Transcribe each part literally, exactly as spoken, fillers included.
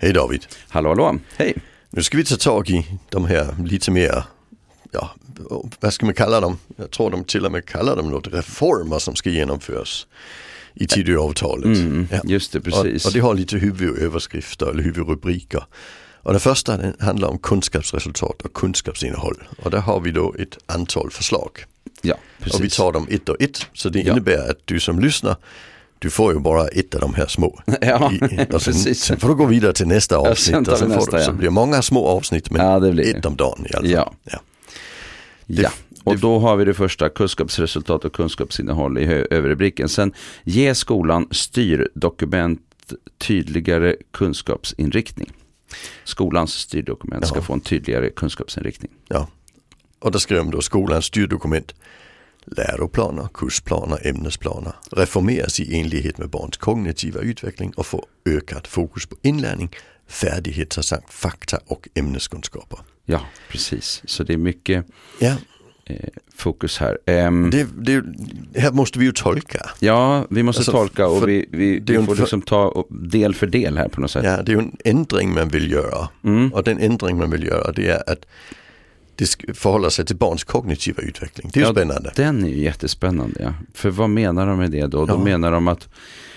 Hej David. Hallå, hallå. Hej. Nu ska vi ta tag i de här lite mer, ja, vad ska man kalla dem? Jag tror de till och med kallar dem något reformer som ska genomföras i Tidöavtalet. Mm, ja. Just det, precis. Och, och det har lite huvudöverskrifter eller huvudrubriker. Och den första den handlar om kunskapsresultat och kunskapsinnehåll. Och där har vi då ett antal förslag. Ja, precis. Och vi tar dem ett och ett. Så det ja. innebär att du som lyssnar, du får ju bara ett av de här små. Ja, I, och sen, precis. sen får du gå vidare till nästa avsnitt. Ja, och sen nästa, får du, så ja. blir det många små avsnitt, men ja, det blir ett om dagen i alla fall. Ja. Ja. Det, ja. Och då har vi det första, kunskapsresultat och kunskapsinnehåll i hö- överrubriken. Sen, ge skolan styrdokument tydligare kunskapsinriktning. Skolans styrdokument ja. ska få en tydligare kunskapsinriktning. Ja, och där skriver de då skolans styrdokument, läroplaner, kursplaner, ämnesplaner reformeras i enlighet med barns kognitiva utveckling och får ökat fokus på inlärning, färdigheter samt fakta och ämneskunskaper. Ja, precis. Så det är mycket ja. eh, fokus här. Um, det, det, här måste vi ju tolka. Ja, vi måste alltså, tolka och vi, vi, vi får för, liksom ta del för del här på något sätt. Ja, det är ju en ändring man vill göra. Mm. Och den ändring man vill göra, det är att det förhåller sig till barns kognitiva utveckling. Det är ju ja, spännande. Den är ju jättespännande. Ja. För vad menar de med det då? Ja. De menar de att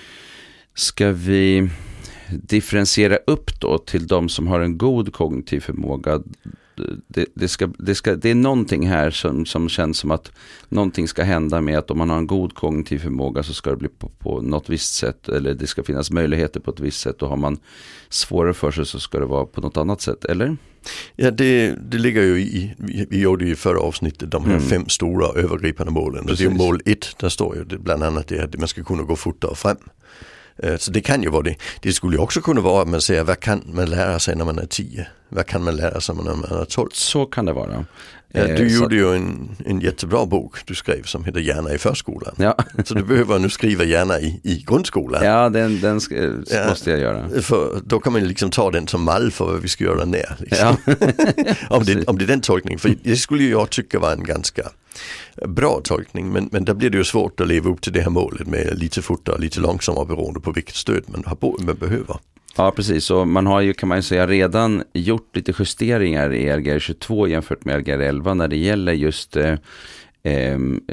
ska vi differentiera upp då till de som har en god kognitiv förmåga. Det, det, ska, det, ska, det är någonting här som, som känns som att någonting ska hända med att om man har en god kognitiv förmåga så ska det bli på, på något visst sätt, eller det ska finnas möjligheter på ett visst sätt, och har man svårare för sig så ska det vara på något annat sätt, eller? Ja, det, det ligger ju i, vi, vi gjorde ju i förra avsnittet de här mm. fem stora övergripande målen. Och det är mål ett, där står ju bland annat det att man ska kunna gå fortare fram. Så det kan ju vara det. Det skulle ju också kunna vara att man säger, vad kan man lära sig när man är tio? Vad kan man lära sig när man är tolv? Så kan det vara. Ja, du eh, gjorde ju en, en jättebra bok du skrev som heter Hjärna i förskolan. Ja. Så du behöver nu skriva Hjärna i, i grundskolan. Ja, den, den ska, ja, måste jag göra. För då kan man liksom ta den som mall för vad vi ska göra när. Liksom. Ja. om, det, om det är den tolkningen. För det skulle ju jag tycka var en ganska bra tolkning. Men, men där blir det ju svårt att leva upp till det här målet med lite fortare, lite långsammare beroende på vilket stöd man, har, man behöver. Ja, precis. Och man har ju, kan man ju säga, redan gjort lite justeringar i L G R tjugotvå jämfört med L G R elva när det gäller just eh, eh,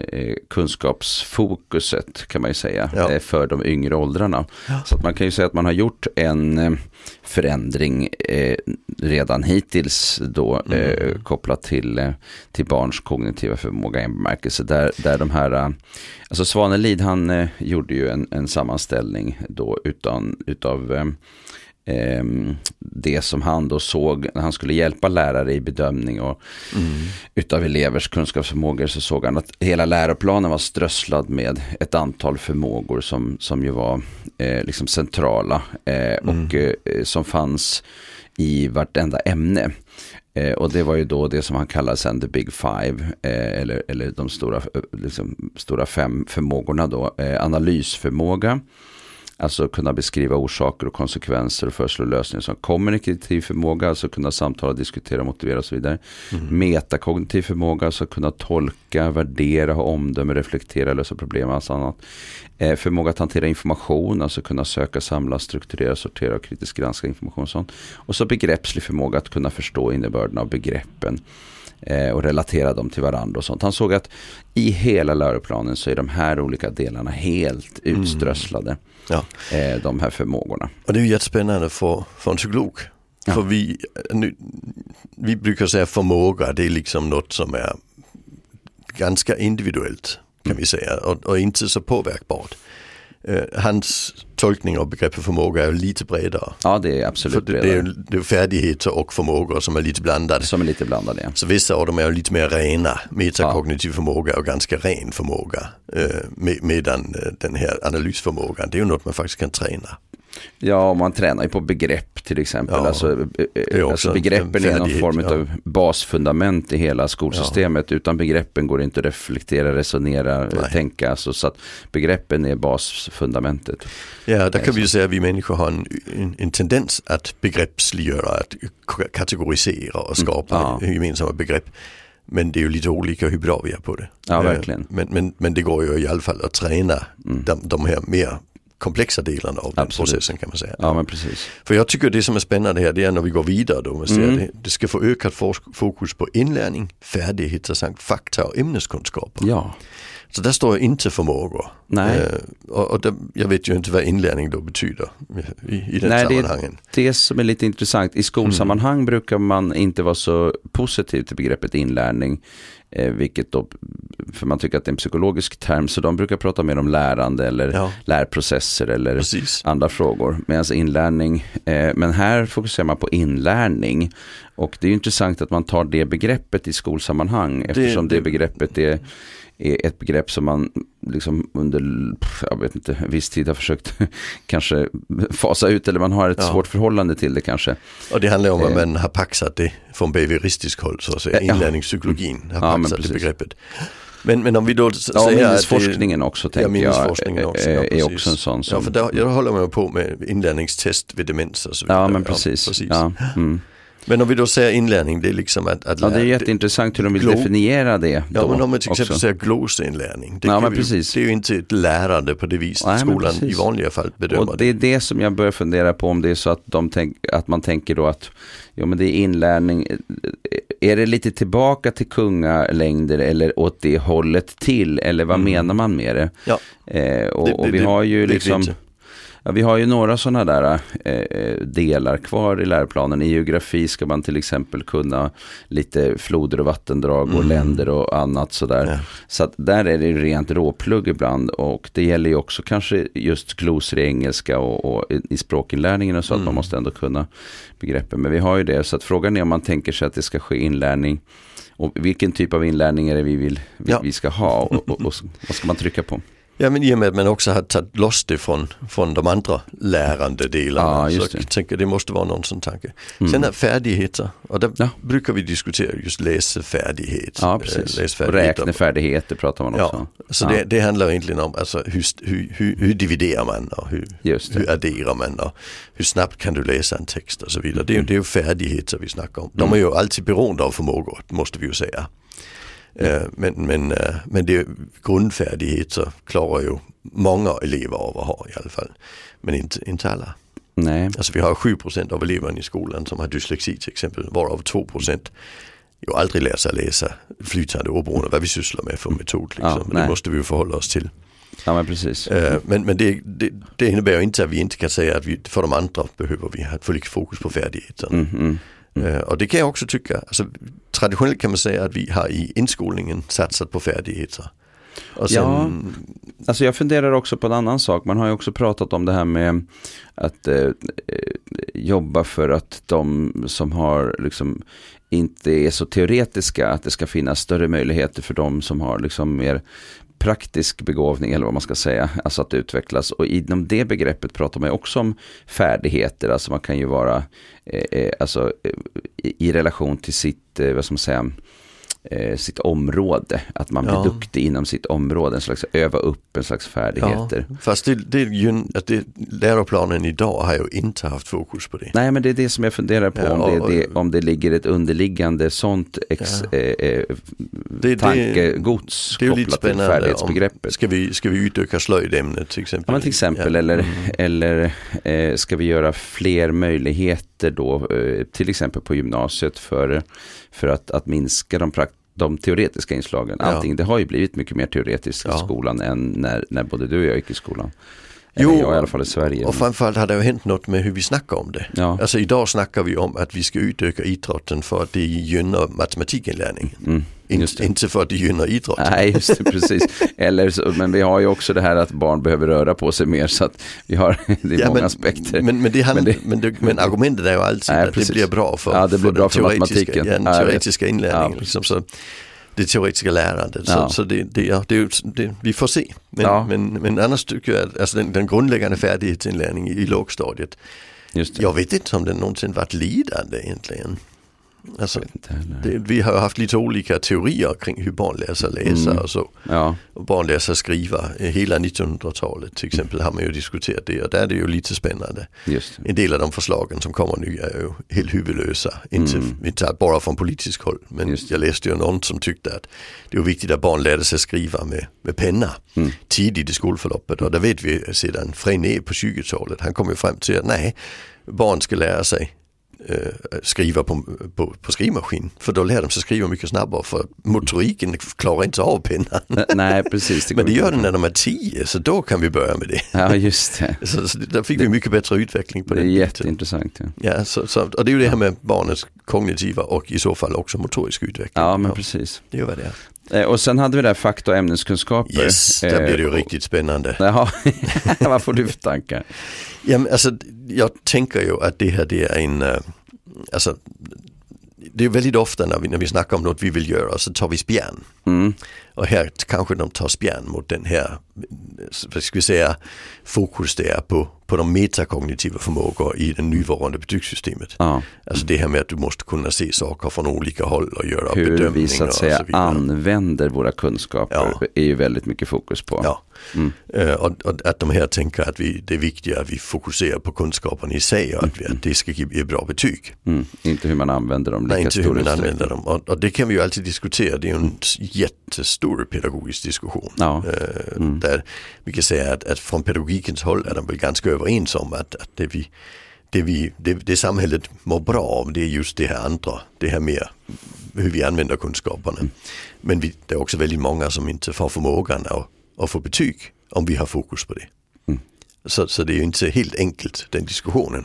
kunskapsfokuset, kan man ju säga, ja. eh, för de yngre åldrarna. Ja. Så att man kan ju säga att man har gjort en eh, förändring eh, redan hittills då mm. eh, kopplat till, eh, till barns kognitiva förmåga i en bemärkelse där, där de här, eh, alltså Svanelid han eh, gjorde ju en, en sammanställning då utan, utav eh, eh, det som han då såg när han skulle hjälpa lärare i bedömning och mm. utav elevers kunskapsförmågor, så såg han att hela läroplanen var strösslad med ett antal förmågor som, som ju var eh, liksom centrala eh, mm. och eh, som fanns i vartenda ämne. Eh, och det var ju då det som han kallade sen the big five eh, eller, eller de stora, liksom, stora fem förmågorna då. Eh, analysförmåga, alltså kunna beskriva orsaker och konsekvenser och föreslå lösningar, som kommunikativ förmåga, alltså kunna samtala, diskutera, motivera och så vidare. Mm. Metakognitiv förmåga, alltså kunna tolka, värdera, ha omdöme, reflektera, lösa problem och allt annat. Eh, förmåga att hantera information, alltså kunna söka, samla, strukturera, sortera och kritiskt granska information och sånt. Och så begreppslig förmåga att kunna förstå innebörden av begreppen eh, och relatera dem till varandra och sånt. Han såg att i hela läroplanen så är de här olika delarna helt utströsslade. Mm. Ja. Eh, de här förmågorna. Och det är ju jättespännande för, för en psykolog. Ja. För vi, nu, vi brukar säga förmåga, det är liksom något som är ganska individuellt, kan mm. vi säga, och, och inte så påverkbart. Uh, hans tolkning av begreppet förmåga är lite bredare. Ja, det är absolut För det, bredare. det, är, det är färdigheter och förmågor som är lite blandade. Som är lite blandade, ja. Så vissa av dem är lite mer rena, metakognitiv ja. förmåga och ganska ren förmåga. Uh, med, medan uh, den här analysförmågan, det är ju något man faktiskt kan träna. Ja, man tränar ju på begrepp till exempel. Ja, alltså, alltså begreppen är någon form ja. av basfundament i hela skolsystemet. Ja. Utan begreppen går det inte att reflektera, resonera, Nej. tänka. Alltså, så att begreppen är basfundamentet. Ja, där kan vi ju säga att vi människor har en, en, en tendens att begreppsliggöra, att kategorisera och skapa mm. ja. gemensamma begrepp. Men det är ju lite olika hur bra vi är på det. Ja, verkligen. Men, men, men det går ju i alla fall att träna mm. de, de här mer komplexa delarna av den Absolut. processen kan man säga. Ja, men precis. För jag tycker det som är spännande här det är när vi går vidare då. Man säger, mm. det, det ska få ökat fokus på inlärning, färdigheter samt fakta och ämneskunskaper. Ja. Så där står inte förmågor. Nej. Eh, och och det, jag vet ju inte vad inlärning då betyder i, i den Nej, sammanhangen. Det är det som är lite intressant. I skolsammanhang mm. brukar man inte vara så positiv till begreppet inlärning. Eh, vilket då, för man tycker att det är en psykologisk term, så de brukar prata mer om lärande eller ja. lärprocesser eller Precis. andra frågor. Medan inlärning, eh, men här fokuserar man på inlärning. Och det är ju intressant att man tar det begreppet i skolsammanhang eftersom det, det, det begreppet är är ett begrepp som man liksom under jag vet inte, en viss tid har försökt kanske fasa ut, eller man har ett ja. svårt förhållande till det kanske. Och det handlar om att man har paxat det från behavioristisk håll, så att säga. Ja. Inlärningspsykologin har ja, paxat det begreppet. Men, men om vi då säger ja, minnesforskningen att också, tänker ja, jag, också, ja, är också en sån som... Ja, för där, jag håller mig på med inlärningstest vid demens och så vidare. Ja, men precis. Ja, precis. Ja. Mm. Men om vi då säger inlärning, det är liksom att, att ja, det är jätteintressant hur de vill glo- definiera det. Ja, men om man till exempel också säger glosinlärning, det, ja, vi, det är ju inte ett lärande på det viset Nej, skolan i vanliga fall bedömer. Och det är det som jag börjar fundera på, om det är så att, de tänk, att man tänker då att ja, men det är inlärning. Är det lite tillbaka till kungalängder eller åt det hållet till? Eller vad mm. menar man med det? Ja. Eh, och, det, det, och vi har ju det, liksom... Det Ja, vi har ju några sådana där eh, delar kvar i läroplanen. I geografi ska man till exempel kunna lite floder och vattendrag och mm. länder och annat sådär. Ja. Så att där är det rent råplugg ibland, och det gäller ju också kanske just glosor i engelska och, och i språkinlärningen och så mm. att man måste ändå kunna begreppen. Men vi har ju det, så att frågan är om man tänker sig att det ska ske inlärning och vilken typ av inlärning är det vi vill vi, ja. vi ska ha och, och, och vad ska man trycka på? Ja, men i och med att man också har tagit loss det från, från de andra lärande delarna. Ja, så jag tänker det måste vara någon sån tanke. Mm. Sen är färdigheter, och där ja. brukar vi diskutera just läsfärdighet. Ja, precis. Läsfärdigheter. Och räknefärdigheter pratar man också om. Ja, så ja. Det, det handlar egentligen om alltså, hur, hur, hur, hur dividerar man och hur, hur adderar man och hur snabbt kan du läsa en text och så vidare. Det, mm. det är ju färdigheter vi snackar om. De är ju alltid beroende av förmågor, måste vi ju säga. Mm. Men, men, men det grundfärdigheter klarar ju många elever av att ha i alla fall. Men inte, inte alla. Nej. Alltså vi har sju procent av eleverna i skolan som har dyslexi till exempel, varav två procent ju aldrig lär sig läsa flytande oberoende vad vi sysslar med för metod. Liksom. Ja, men det måste vi ju förhålla oss till. Ja, men precis. Men, men det, det, det innebär ju inte att vi inte kan säga att vi, för de andra behöver vi ha full fokus på färdigheterna. Mm, mm. Mm. Och det kan jag också tycka, alltså, traditionellt kan man säga att vi har i inskolningen satsat på färdigheter. Och sen... Ja, alltså jag funderar också på en annan sak. Man har ju också pratat om det här med att eh, jobba för att de som har liksom inte är så teoretiska, att det ska finnas större möjligheter för de som har liksom mer praktisk begåvning, eller vad man ska säga, alltså att utvecklas. Och inom det begreppet pratar man ju också om färdigheter, alltså man kan ju vara eh, alltså, i, i relation till sitt, eh, vad ska man säga, eh, sitt område, att man blir ja. duktig inom sitt område, en slags öva upp en slags färdigheter. Ja, fast det, det är ju, att det, läroplanen idag har ju inte haft fokus på det. Nej, men det är det som jag funderar på, ja, om, det, och, det, om det ligger ett underliggande sånt ex, ja. eh, det, tankegods det, det kopplat till färdighetsbegreppet. Ska vi, ska vi utöka slöjdämnet till exempel? Ja, men till exempel, ja. eller, mm. eller eh, ska vi göra fler möjligheter då, eh, till exempel på gymnasiet för, för att, att minska de praktiska de teoretiska inslagen. Allting, ja. Det har ju blivit mycket mer teoretiskt ja. i skolan än när, när både du och jag gick i skolan. Jo, jag i alla fall i Sverige. Och framförallt har det ju hänt något med hur vi snackar om det. Ja. Alltså idag snackar vi om att vi ska utöka idrotten för att det gynnar matematikinlärningen. Mm. In, inte för att det gynnar idrotten. Nej, just det, precis. Eller så, men vi har ju också det här att barn behöver röra på sig mer, så att vi har, det är ja, många men, aspekter. Men, men, det hand, men, det, men, det, men argumentet är ju alltid nej, att precis. det blir bra för, ja, det blir för bra den för teoretiska, ja, den teoretiska inlärningen. Ja, liksom, så det teoretiska lärandet. Ja. Så, så det, det, ja, det, det, vi får se. Men, ja. men, men annars tycker jag att alltså den, den grundläggande färdighetsinlärningen i, i lågstadiet, just det. Jag vet inte om den någonsin varit lidande egentligen. Alltså, det, vi har haft lite olika teorier kring hur barn lär sig läsa mm. och så. Ja. Och barn lär sig skriva. Hela nittonhundratalet till exempel har man ju diskuterat det, och där är det ju lite spännande. Just det. En del av de förslagen som kommer nu är ju helt huvudlösa. Inte, mm. inte bara från politisk håll, men Just. jag läste ju någon som tyckte att det var viktigt att barn lärde sig skriva med, med penna mm. tidigt i skolförloppet. Och där vet vi sedan Freinet på tjugotalet, han kom ju fram till att nej, barn ska lära sig skriva på, på, på skrivmaskin, för då lär de sig skriva mycket snabbare, för motoriken klarar inte av pennan. Nej, precis. Det Men det gör den när de är tio, så då kan vi börja med det. Ja, just det. Så, så där fick det, vi mycket bättre utveckling på det. Det är jätteintressant. Ja, ja så, så, och det är ju det här med barnets kognitiva och i så fall också motorisk utveckling. Ja, men ja, precis. Det är vad det är. Och sen hade vi där fakta och ämneskunskaper. Yes, där blir det ju eh, riktigt spännande. Jaha, vad får du för tankar? Ja, men alltså, jag tänker ju att det här det är en, alltså, det är väldigt ofta när vi, när vi snackar om något vi vill göra så tar vi spjärn. Mm. Och här kanske de tar spjärn mot den här, vad ska vi säga, fokus det är på, på de metakognitiva förmågor i det nuvarande betygssystemet. Ja. Alltså det här med att du måste kunna se saker från olika håll och göra hur bedömningar. Hur vi så att säga så använder våra kunskaper ja. är ju väldigt mycket fokus på. Ja. Mm. Uh, och, och att de här tänker att vi, det är viktigt att vi fokuserar på kunskapen i sig och att, vi, att det ska ge bra betyg. Mm. Inte hur man använder dem. Nej, inte hur man använder dem. Och, och det kan vi ju alltid diskutera. Det är ju en jättestor pedagogisk diskussion. Ja. Uh, mm. Där vi kan säga att, att från pedagogikens håll är de väl ganska överens om att, att det, vi, det, vi, det, det samhället mår bra om, det är just det här andra. Det här mer hur vi använder kunskaperna. Mm. Men vi, det är också väldigt många som inte får förmågan att och få betyg om vi har fokus på det. Mm. Så, så det är ju inte helt enkelt, den diskussionen.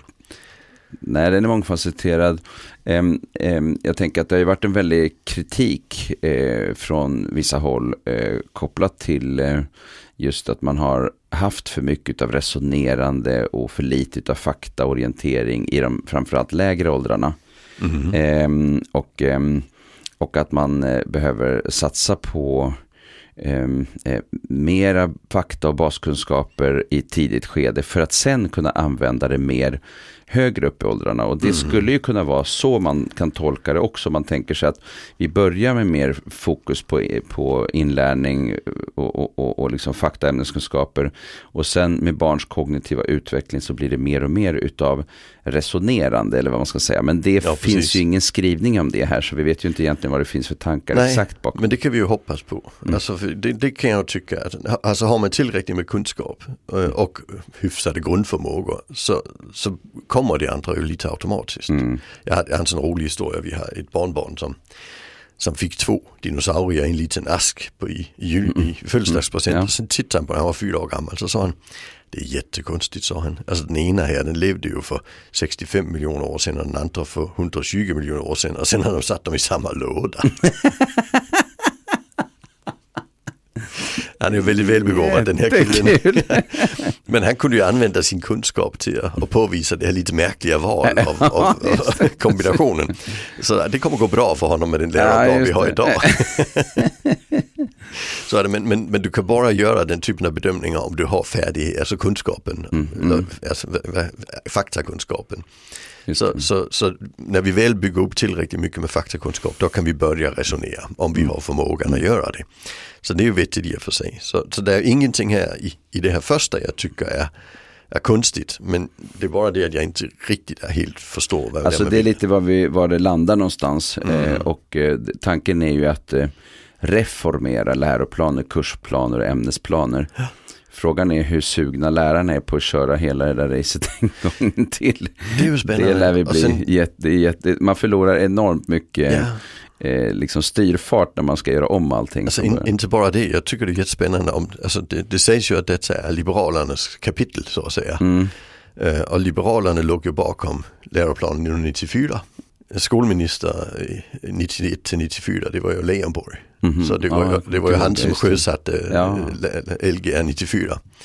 Nej, den är mångfacetterad. Um, um, jag tänker att det har varit en väldig kritik uh, från vissa håll uh, kopplat till uh, just att man har haft för mycket av resonerande och för lite av faktaorientering i de framförallt lägre åldrarna. Mm. Um, och, um, och att man uh, behöver satsa på Eh, eh, mera fakta och baskunskaper i tidigt skede för att sen kunna använda det mer högre upp i åldrarna. Och det mm. skulle ju kunna vara så man kan tolka det också. Man tänker sig att vi börjar med mer fokus på, på inlärning och, och, och, och liksom fakta och ämneskunskaper. Och sen med barns kognitiva utveckling så blir det mer och mer utav resonerande, eller vad man ska säga. Men det ja, finns precis. ju ingen skrivning om det här, så vi vet ju inte egentligen vad det finns för tankar. Nej, exakt bakom. Men det kan vi ju hoppas på. Mm. Alltså, det, det kan jag tycka. Att, alltså har man tillräckligt med kunskap och hyfsade grundförmågor så, så kommer det andra ju lite automatiskt. Mm. Jag har en sån rolig historia. Vi har ett barnbarn som, som fick två dinosaurier i en liten ask på, i, i, mm. i födelsedagspresent. Mm. Ja. Sen tittade han på när han var fyra år gammal, så sa han, det är jättekonstigt, sa han. Alltså den ena här, den levde ju för sextiofem miljoner år sedan och den andra för hundratjugo miljoner år sedan, och sen har de satt dem i samma låda. Han är ju väldigt välbegåvad, den här killen. Men han kunde ju använda sin kunskap till att påvisa det här lite märkliga val av, av, av kombinationen. Så det kommer gå bra för honom med den lärarplan ja, vi har idag. Så är det, men, men, men du kan bara göra den typen av bedömningar om du har färdig, alltså kunskapen, mm, mm. Alltså, faktakunskapen. Så, så, så när vi väl bygger upp tillräckligt mycket med faktakunskap, då kan vi börja resonera om vi har förmågan att göra det. Så det är ju vettigt i och för sig. Så, så det är ingenting här i, i det här första jag tycker är, är konstigt, men det är bara det att jag inte riktigt är helt förstår vad alltså det är. Det är lite var, vi, var det landar någonstans mm. eh, och eh, tanken är ju att eh, reformera läroplaner, kursplaner och ämnesplaner. Ja. Frågan är hur sugna lärarna är på att köra hela det där racet en gång till. Det är ju spännande. Det lär vi bli sen, jätte, jätte, man förlorar enormt mycket ja. eh, liksom styrfart när man ska göra om allting. Alltså in, inte bara det, jag tycker det är jättespännande. Om, alltså det, det sägs ju att detta är liberalernas kapitel så att säga. Mm. Uh, och liberalerna låg ju bakom läroplanen nittonhundranittiofyra. Skolminister nittioett till nittiofyra, det var ju Leijonborg. Mm-hmm. Så det var, ja, ju, det var ju han som sjösatte ja. L G R nittiofyra.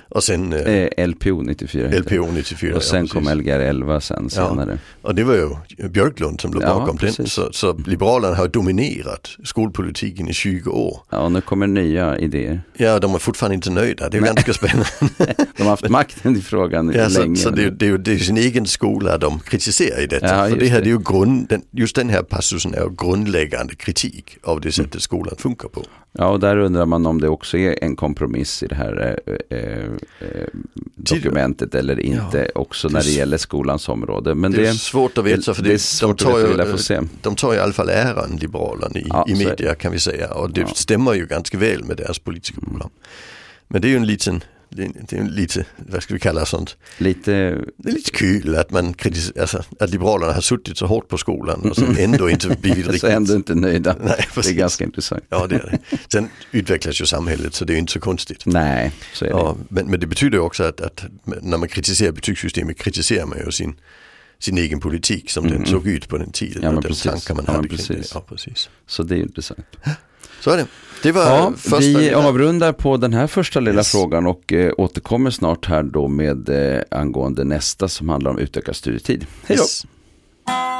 Och sen eh, L P O nittiofyra. L P O nittiofyra. Och sen ja, kom L G R elva sen senare. Ja. Och det var ju Björklund som låg bakom ja, den. Så, så Liberalerna har dominerat skolpolitiken i tjugo år. Ja, och nu kommer nya idéer. Ja, de är fortfarande inte nöjda. Det är ganska spännande. De har haft makten i frågan ja, länge. Så, så det, är, det, är, det är sin egen skola de kritiserar i detta. Ja, för det här det. är ju grund, den, just den här passusen är grundläggande kritik av det sättet skolan funkar på. Ja, och där undrar man om det också är en kompromiss i det här eh, eh, dokumentet eller inte, ja, också när det gäller skolans område. Men det är det, svårt att veta, för det, det de, tar ju, de tar ju i alla fall äran, Liberalerna, i, ja, i media kan vi säga. Och det ja. stämmer ju ganska väl med deras politiska program. Men det är ju en liten... Det är lite, vad ska vi kalla sånt? Lite... Det är lite kul att man kritiserar, alltså, att Liberalerna har suttit så hårt på skolan och sen ändå inte blivit riktigt... så ändå inte nöjda. Nej, det är ganska intressant. Ja, det är det. Sen utvecklas ju samhället så det är inte så konstigt. Nej, så är det. Ja, men, men det betyder också att, att när man kritiserar betygssystemet kritiserar man ju sin, sin egen politik som mm. den såg ut på den tiden. Ja, men och den precis. tankar man ja, hade precis. kring det. Ja, precis. Så det är intressant. Så är det. Det var ja, första vi lilla... avrundar på den här första lilla yes. frågan och eh, återkommer snart här då med eh, angående nästa som handlar om utökad studietid. Hej då! Yes.